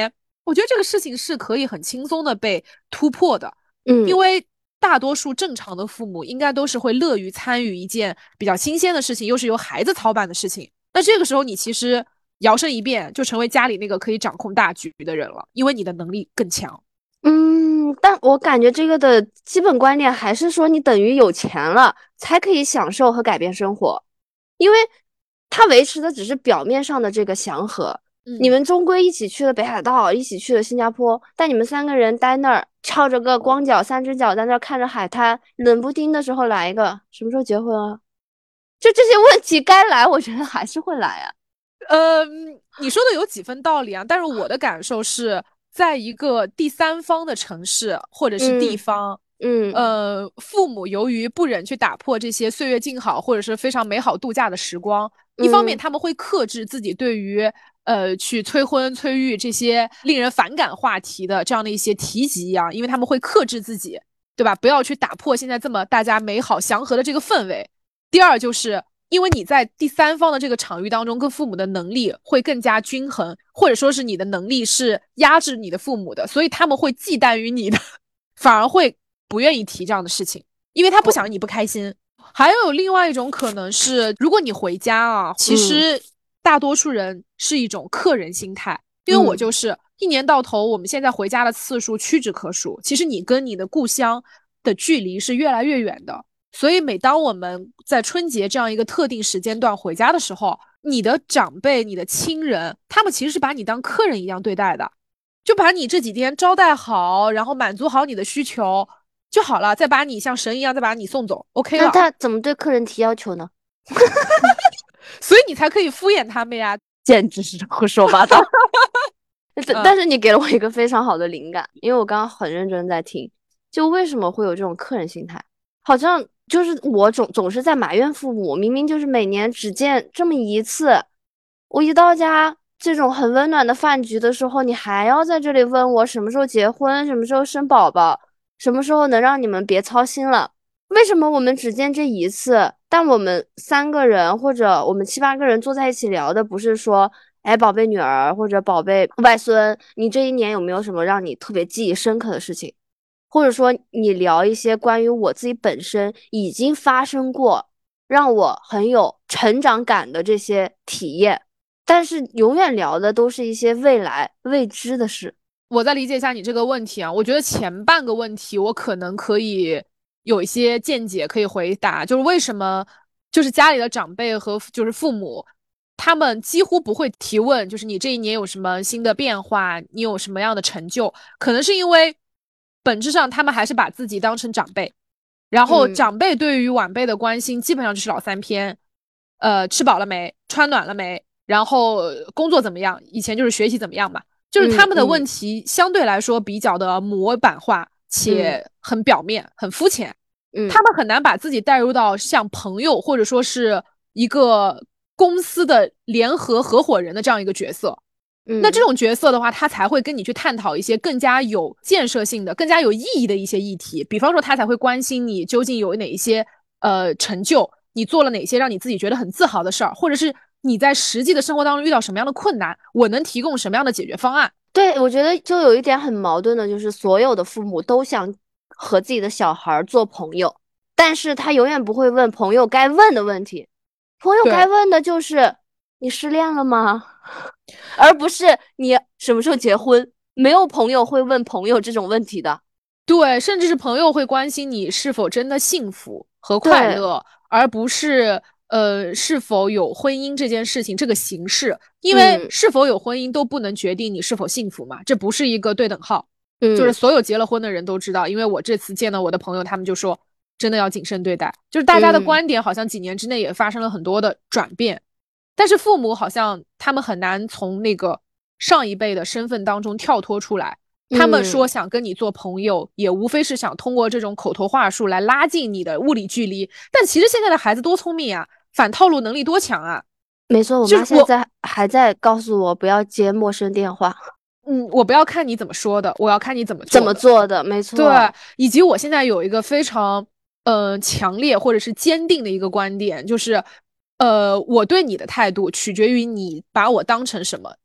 我觉得这个事情是可以很轻松的被突破的， 嗯， 因为大多数正常的父母应该都是会乐于参与一件比较新鲜的事情，又是由孩子操办的事情。那这个时候你其实摇身一变就成为家里那个可以掌控大局的人了，因为你的能力更强。 嗯，但我感觉这个的基本观念还是说，你等于有钱了才可以享受和改变生活，因为它维持的只是表面上的这个祥和。 嗯、 你们终归一起去了北海道，一起去了新加坡，但你们三个人待那儿，翘着个光脚，三只脚在那儿看着海滩，冷不丁的时候来一个，什么时候结婚啊？就这些问题该来，我觉得还是会来啊。 呃，你说的有几分道理啊，但是我的感受是在一个第三方的城市或者是地方， 嗯， 呃，父母由于不忍去打破这些岁月静好或者是非常美好度假的时光， 嗯、 一方面他们会克制自己对于呃去催婚催育这些令人反感话题的这样的一些提及啊，因为他们会克制自己，对吧？不要去打破现在这么大家美好祥和的这个氛围。第二就是因为你在第三方的这个场域当中，跟父母的能力会更加均衡，或者说是你的能力是压制你的父母的，所以他们会忌惮于你的，反而会不愿意提这样的事情，因为他不想让你不开心。还有另外一种可能是，如果你回家啊，其实大多数人是一种客人心态，因为我就是一年到头，我们现在回家的次数屈指可数，其实你跟你的故乡的距离是越来越远的。所以每当我们在春节这样一个特定时间段回家的时候，你的长辈、你的亲人，他们其实是把你当客人一样对待的，就把你这几天招待好，然后满足好你的需求就好了，再把你像神一样再把你送走 OK 了。 那他怎么对客人提要求呢？ 所以你才可以敷衍他们呀， 简直是胡说八道。但是你给了我一个非常好的灵感，因为我刚刚很认真在听，就为什么会有这种客人心态，好像就是我总总是在埋怨父母，明明就是每年只见这么一次，我一到家这种很温暖的饭局的时候，你还要在这里问我什么时候结婚，什么时候生宝宝，什么时候能让你们别操心了。为什么我们只见这一次，但我们三个人或者我们七八个人坐在一起聊的不是说，哎，宝贝女儿或者宝贝外孙，你这一年有没有什么让你特别记忆深刻的事情，或者说你聊一些关于我自己本身已经发生过让我很有成长感的这些体验，但是永远聊的都是一些未来未知的事。 我再理解一下你这个问题啊，我觉得前半个问题我可能可以有一些见解可以回答，就是为什么就是家里的长辈和就是父母他们几乎不会提问，就是你这一年有什么新的变化，你有什么样的成就，可能是因为本质上他们还是把自己当成长辈，然后长辈对于晚辈的关心基本上就是老三篇，呃，吃饱了没，穿暖了没，然后工作怎么样，以前就是学习怎么样嘛，就是他们的问题相对来说比较的模板化且很表面、嗯、很肤浅、嗯、他们很难把自己带入到像朋友或者说是一个公司的联合合伙人的这样一个角色、嗯、那这种角色的话他才会跟你去探讨一些更加有建设性的更加有意义的一些议题，比方说他才会关心你究竟有哪一些呃成就，你做了哪些让你自己觉得很自豪的事儿，或者是你在实际的生活当中遇到什么样的困难，我能提供什么样的解决方案。 对，我觉得就有一点很矛盾的，就是所有的父母都想和自己的小孩做朋友，但是他永远不会问朋友该问的问题。朋友该问的就是你失恋了吗？而不是你什么时候结婚。没有朋友会问朋友这种问题的。 对，甚至是朋友会关心你是否真的幸福和快乐，而不是呃，是否有婚姻这件事情这个形式，因为是否有婚姻都不能决定你是否幸福嘛，这不是一个对等号。嗯，就是所有结了婚的人都知道，因为我这次见到我的朋友，他们就说真的要谨慎对待，就是大家的观点好像几年之内也发生了很多的转变、嗯、但是父母好像他们很难从那个上一辈的身份当中跳脱出来，他们说想跟你做朋友、嗯、也无非是想通过这种口头话术来拉近你的物理距离，但其实现在的孩子多聪明啊，反套路能力多强啊。 没错，我妈现在还在告诉我不要接陌生电话。 嗯，我不要看你怎么说的，我要看你怎么做怎么做的，没错。 对，以及我现在有一个非常呃强烈或者是坚定的一个观点，就是呃我对你的态度取决于你把我当成什么。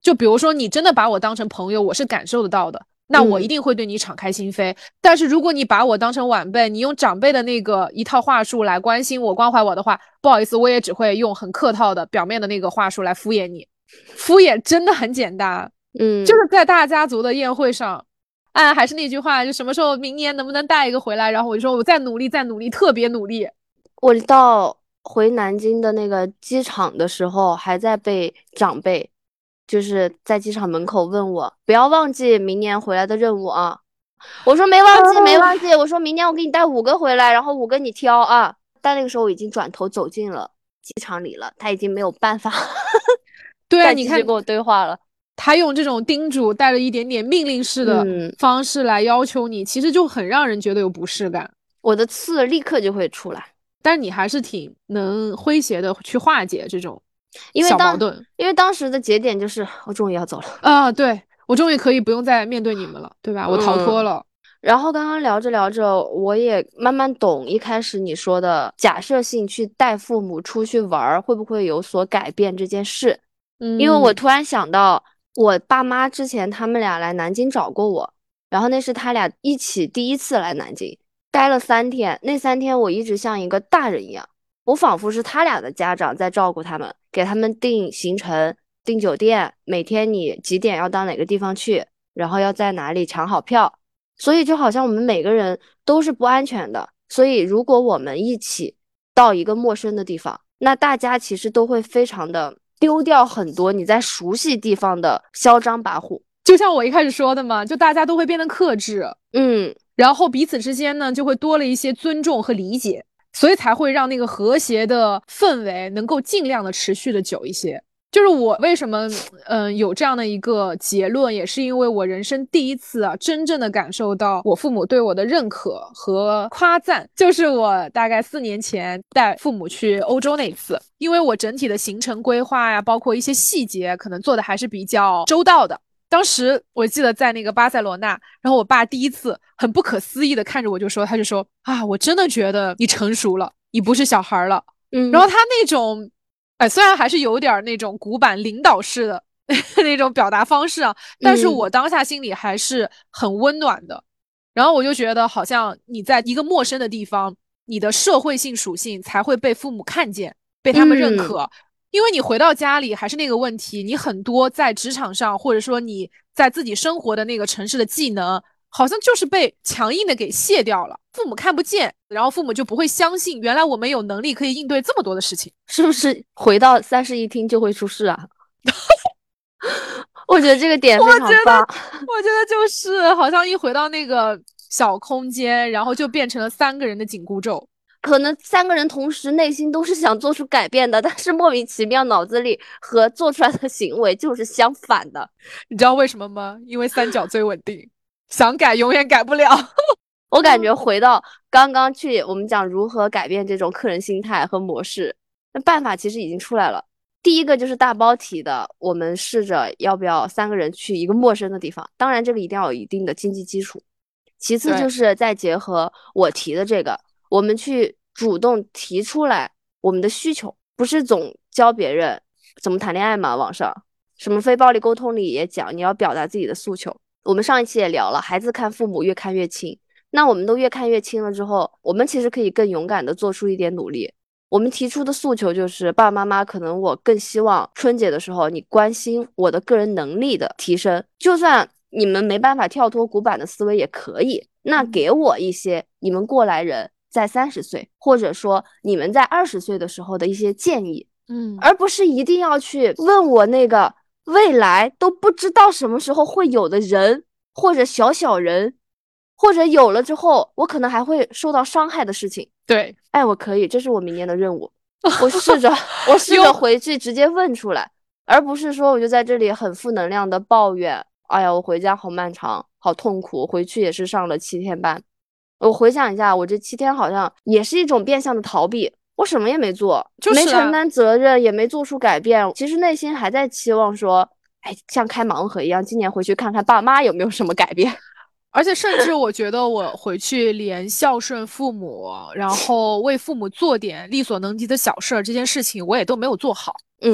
就比如说你真的把我当成朋友，我是感受得到的，那我一定会对你敞开心扉、嗯、但是如果你把我当成晚辈，你用长辈的那个一套话术来关心我关怀我的话，不好意思，我也只会用很客套的表面的那个话术来敷衍你。敷衍真的很简单， 嗯， 就是在大家族的宴会上，哎，还是那句话，就什么时候明年能不能带一个回来，然后我就说我再努力再努力，特别努力。 我到回南京的那个机场的时候，还在被长辈就是在机场门口问我不要忘记明年回来的任务啊，我说没忘记没忘记，我说明年我给你带五个回来，然后五个你挑啊。但那个时候我已经转头走进了机场里了，他已经没有办法对啊，你看跟我对话了， 他用这种叮嘱带了一点点命令式的方式来要求你、嗯、其实就很让人觉得有不适感， 我的刺立刻就会出来。 但你还是挺能诙谐的去化解这种小矛盾， 因为当因为当时的节点就是我终于要走了啊，对，我终于可以不用再面对你们了，对吧？我逃脱了、嗯、 然后刚刚聊着聊着我也慢慢懂一开始你说的假设性去带父母出去玩会不会有所改变这件事、嗯、因为我突然想到我爸妈之前他们俩来南京找过我，然后那是他俩一起第一次来南京，待了三天，那三天我一直像一个大人一样，我仿佛是他俩的家长在照顾他们，给他们定行程订酒店，每天你几点要到哪个地方去，然后要在哪里抢好票，所以就好像我们每个人都是不安全的，所以如果我们一起到一个陌生的地方，那大家其实都会非常的丢掉很多你在熟悉地方的嚣张跋扈， 就像我一开始说的嘛，就大家都会变得克制， 嗯， 然后彼此之间呢就会多了一些尊重和理解，所以才会让那个和谐的氛围能够尽量的持续的久一些。就是我为什么嗯、呃、有这样的一个结论，也是因为我人生第一次啊真正的感受到我父母对我的认可和夸赞，就是我大概四年前带父母去欧洲那次，因为我整体的行程规划呀，包括一些细节可能做的还是比较周到的。当时我记得在那个巴塞罗那，然后我爸第一次很不可思议的看着我就说，他就说啊，我真的觉得你成熟了，你不是小孩了。嗯，然后他那种哎，虽然还是有点那种古板领导式的那种表达方式啊，但是我当下心里还是很温暖的、嗯、然后我就觉得好像你在一个陌生的地方，你的社会性属性才会被父母看见，被他们认可、嗯，因为你回到家里还是那个问题，你很多在职场上或者说你在自己生活的那个城市的技能好像就是被强硬的给卸掉了，父母看不见，然后父母就不会相信原来我们有能力可以应对这么多的事情， 是不是回到三室一厅就会出事啊？我觉得这个点非常棒。 我觉得我觉得就是好像一回到那个小空间，然后就变成了三个人的紧箍咒， 可能三个人同时内心都是想做出改变的，但是莫名其妙脑子里和做出来的行为就是相反的。 你知道为什么吗？因为三角最稳定，想改永远改不了。 我感觉回到刚刚去我们讲如何改变这种客人心态和模式，那办法其实已经出来了。第一个就是大包提的，我们试着要不要三个人去一个陌生的地方，当然这个一定要有一定的经济基础。其次就是再结合我提的这个，我们去主动提出来我们的需求，不是总教别人怎么谈恋爱嘛，网上什么非暴力沟通里也讲你要表达自己的诉求。我们上一期也聊了，孩子看父母越看越亲，那我们都越看越亲了之后，我们其实可以更勇敢的做出一点努力。我们提出的诉求就是爸爸妈妈，可能我更希望春节的时候你关心我的个人能力的提升，就算你们没办法跳脱古板的思维也可以，那给我一些你们过来人在三十岁或者说你们在二十岁的时候的一些建议，嗯，而不是一定要去问我那个未来都不知道什么时候会有的人，或者小小人，或者有了之后我可能还会受到伤害的事情。 对， 哎，我可以，这是我明年的任务。我试着我试着回去直接问出来，而不是说我就在这里很负能量的抱怨，哎呀我回家好漫长好痛苦，回去也是上了七天班。我回想一下，我这七天好像也是一种变相的逃避，我什么也没做， 就是啊、 没承担责任，也没做出改变，其实内心还在期望说，哎，像开盲盒一样，今年回去看看爸妈有没有什么改变。 而且甚至我觉得我回去连孝顺父母，然后为父母做点力所能及的小事儿，这件事情我也都没有做好。 嗯，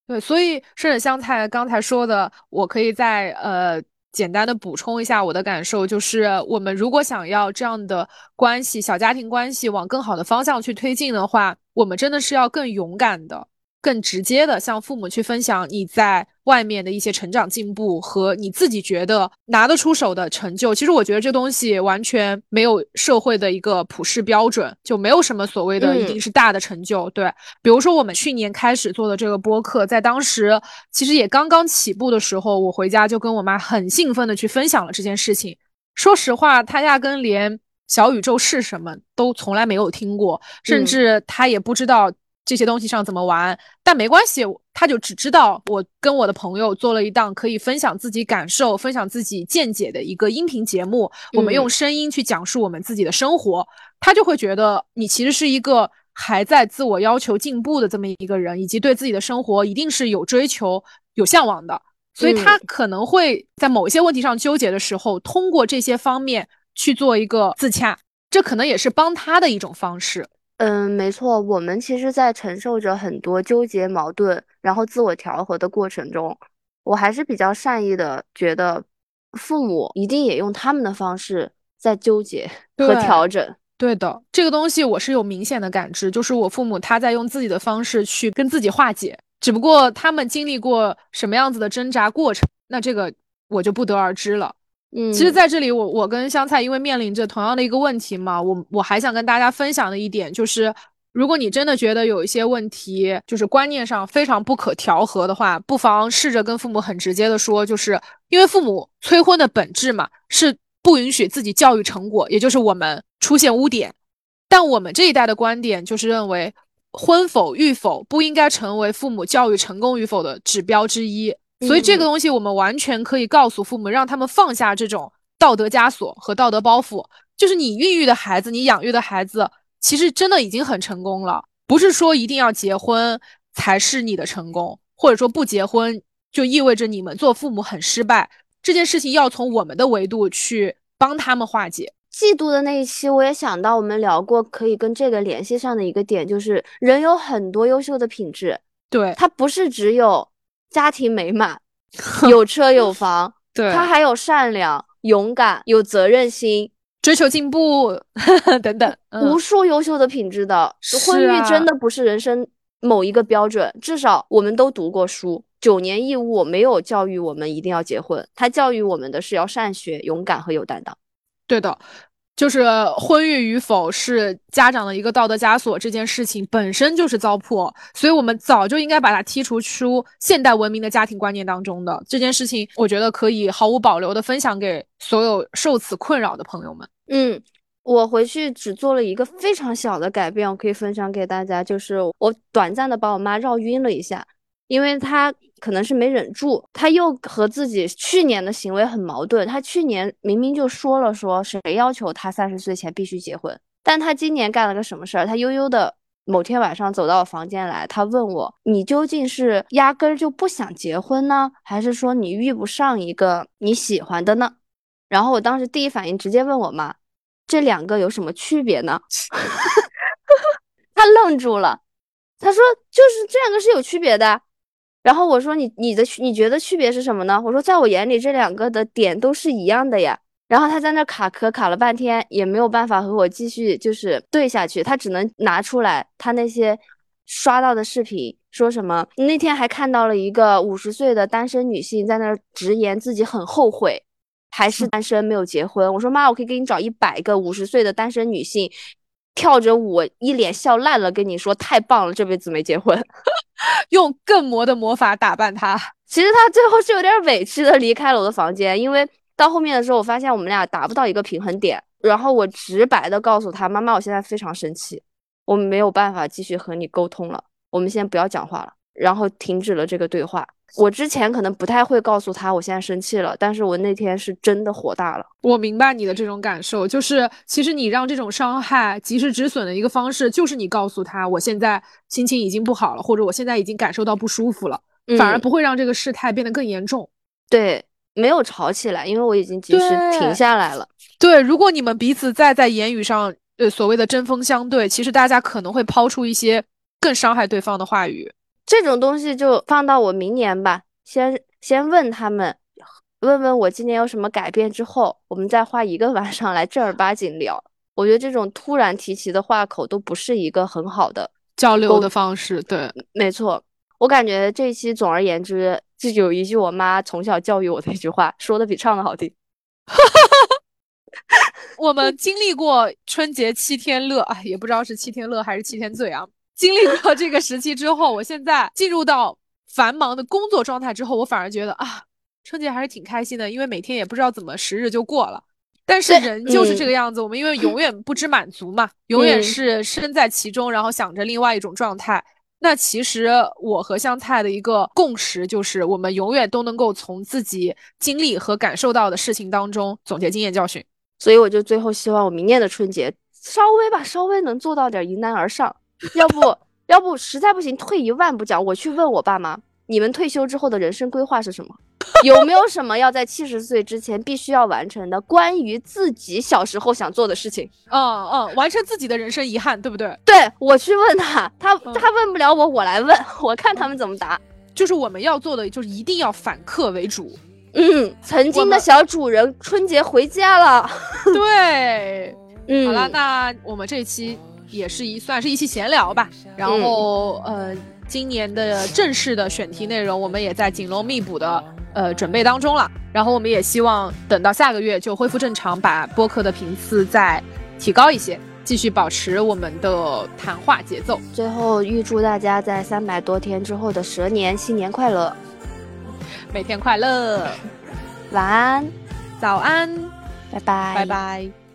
对，所以顺着香菜刚才说的，我可以再呃简单的补充一下我的感受，就是我们如果想要这样的关系，小家庭关系往更好的方向去推进的话，我们真的是要更勇敢的、更直接的向父母去分享你在外面的一些成长进步和你自己觉得拿得出手的成就。其实我觉得这东西完全没有社会的一个普世标准，就没有什么所谓的一定是大的成就。嗯、对，比如说我们去年开始做的这个播客，在当时其实也刚刚起步的时候，我回家就跟我妈很兴奋的去分享了这件事情。说实话，她压根连小宇宙是什么都从来没有听过，甚至她也不知道这些东西上怎么玩，嗯、但没关系，他就只知道我跟我的朋友做了一档可以分享自己感受、分享自己见解的一个音频节目，我们用声音去讲述我们自己的生活，嗯、他就会觉得你其实是一个还在自我要求进步的这么一个人，以及对自己的生活一定是有追求、有向往的，所以他可能会在某一些问题上纠结的时候，通过这些方面去做一个自洽，这可能也是帮他的一种方式。 嗯，没错，我们其实在承受着很多纠结、矛盾，然后自我调和的过程中，我还是比较善意的，觉得父母一定也用他们的方式在纠结和调整。 对的，这个东西我是有明显的感知，就是我父母他在用自己的方式去跟自己化解，只不过他们经历过什么样子的挣扎过程，那这个我就不得而知了。嗯，其实在这里我我跟香菜因为面临着同样的一个问题嘛，我我还想跟大家分享的一点就是，如果你真的觉得有一些问题就是观念上非常不可调和的话，不妨试着跟父母很直接的说，就是因为父母催婚的本质嘛，是不允许自己教育成果，也就是我们出现污点，但我们这一代的观点就是认为婚否育否不应该成为父母教育成功与否的指标之一，所以这个东西我们完全可以告诉父母，让他们放下这种道德枷锁和道德包袱，就是你孕育的孩子，你养育的孩子其实真的已经很成功了，不是说一定要结婚才是你的成功，或者说不结婚就意味着你们做父母很失败，这件事情要从我们的维度去帮他们化解。 嫉妒的那一期我也想到我们聊过可以跟这个联系上的一个点，就是人有很多优秀的品质， 对， 他不是只有家庭美满有车有房对， 他还有善良、勇敢、有责任心、 追求进步等等、 嗯、无数优秀的品质的。婚育真的不是人生某一个标准、啊、至少我们都读过书，九年义务没有教育我们一定要结婚，他教育我们的是要善学、勇敢和有担当。 对的，就是婚育与否是家长的一个道德枷锁，这件事情本身就是糟粕，所以我们早就应该把它剔除出现代文明的家庭观念当中的。这件事情我觉得可以毫无保留的分享给所有受此困扰的朋友们。 嗯，我回去只做了一个非常小的改变，我可以分享给大家，就是我短暂的把我妈绕晕了一下，因为她可能是没忍住，她又和自己去年的行为很矛盾。她去年明明就说了说谁要求她三十岁前必须结婚，但她今年干了个什么事儿？她悠悠的某天晚上走到我房间来，她问我，你究竟是压根儿就不想结婚呢，还是说你遇不上一个你喜欢的呢？然后我当时第一反应直接问我妈，这两个有什么区别呢？她愣住了，她说就是这两个是有区别的。然后我说你你的你觉得区别是什么呢？我说在我眼里这两个的点都是一样的呀。然后他在那卡壳卡了半天，也没有办法和我继续就是对下去，他只能拿出来他那些刷到的视频，说什么那天还看到了一个五十岁的单身女性在那直言自己很后悔还是单身没有结婚。我说妈，我可以给你找一百个五十岁的单身女性跳着舞一脸笑烂了跟你说太棒了，这辈子没结婚。 用更魔的魔法打扮他。 其实他最后是有点委屈的离开了我的房间，因为到后面的时候我发现我们俩达不到一个平衡点，然后我直白的告诉他，妈妈我现在非常生气，我们没有办法继续和你沟通了，我们先不要讲话了，然后停止了这个对话。我之前可能不太会告诉他我现在生气了，但是我那天是真的火大了。 我明白你的这种感受，就是其实你让这种伤害及时止损的一个方式就是你告诉他我现在心情已经不好了，或者我现在已经感受到不舒服了、嗯、反而不会让这个事态变得更严重。 对，没有吵起来，因为我已经及时停下来了。 对, 对，如果你们彼此再在言语上呃所谓的针锋相对，其实大家可能会抛出一些更伤害对方的话语。 这种东西就放到我明年吧，先先问他们，问问我今年有什么改变之后，我们再花一个晚上来正儿八经聊。我觉得这种突然提起的话口都不是一个很好的交流的方式。对， 没错。我感觉这一期总而言之，就有一句我妈从小教育我的一句话，说的比唱的好听。 我们经历过春节七天乐，哎，也不知道是七天乐还是七天醉啊。经历过这个时期之后，我现在进入到繁忙的工作状态之后，我反而觉得啊，春节还是挺开心的，因为每天也不知道怎么时日就过了。但是人就是这个样子，嗯、我们因为永远不知满足嘛，永远是身在其中，然后想着另外一种状态。那其实我和香菜的一个共识就是，我们永远都能够从自己经历和感受到的事情当中总结经验教训。 所以我就最后希望我明年的春节稍微吧，稍微能做到点迎难而上。要不要不实在不行，退一万步讲，我去问我爸妈，你们退休之后的人生规划是什么？有没有什么要在七十岁之前必须要完成的关于自己小时候想做的事情？ 嗯嗯，完成自己的人生遗憾，对不对？ 对，我去问他，他他问不了我，我来问，我看他们怎么答。 就是我们要做的，就是一定要反客为主。 嗯，曾经的小主人春节回家了。 对， 嗯， 好了，那我们这一期也是一算是一期闲聊吧。然后、嗯、呃，今年的正式的选题内容，我们也在紧锣密鼓的呃准备当中了。然后我们也希望等到下个月就恢复正常，把播客的频次再提高一些，继续保持我们的谈话节奏。 最后预祝大家在三百多天之后的蛇年新年快乐， 每天快乐， 晚安， 早安， 拜拜， 拜拜。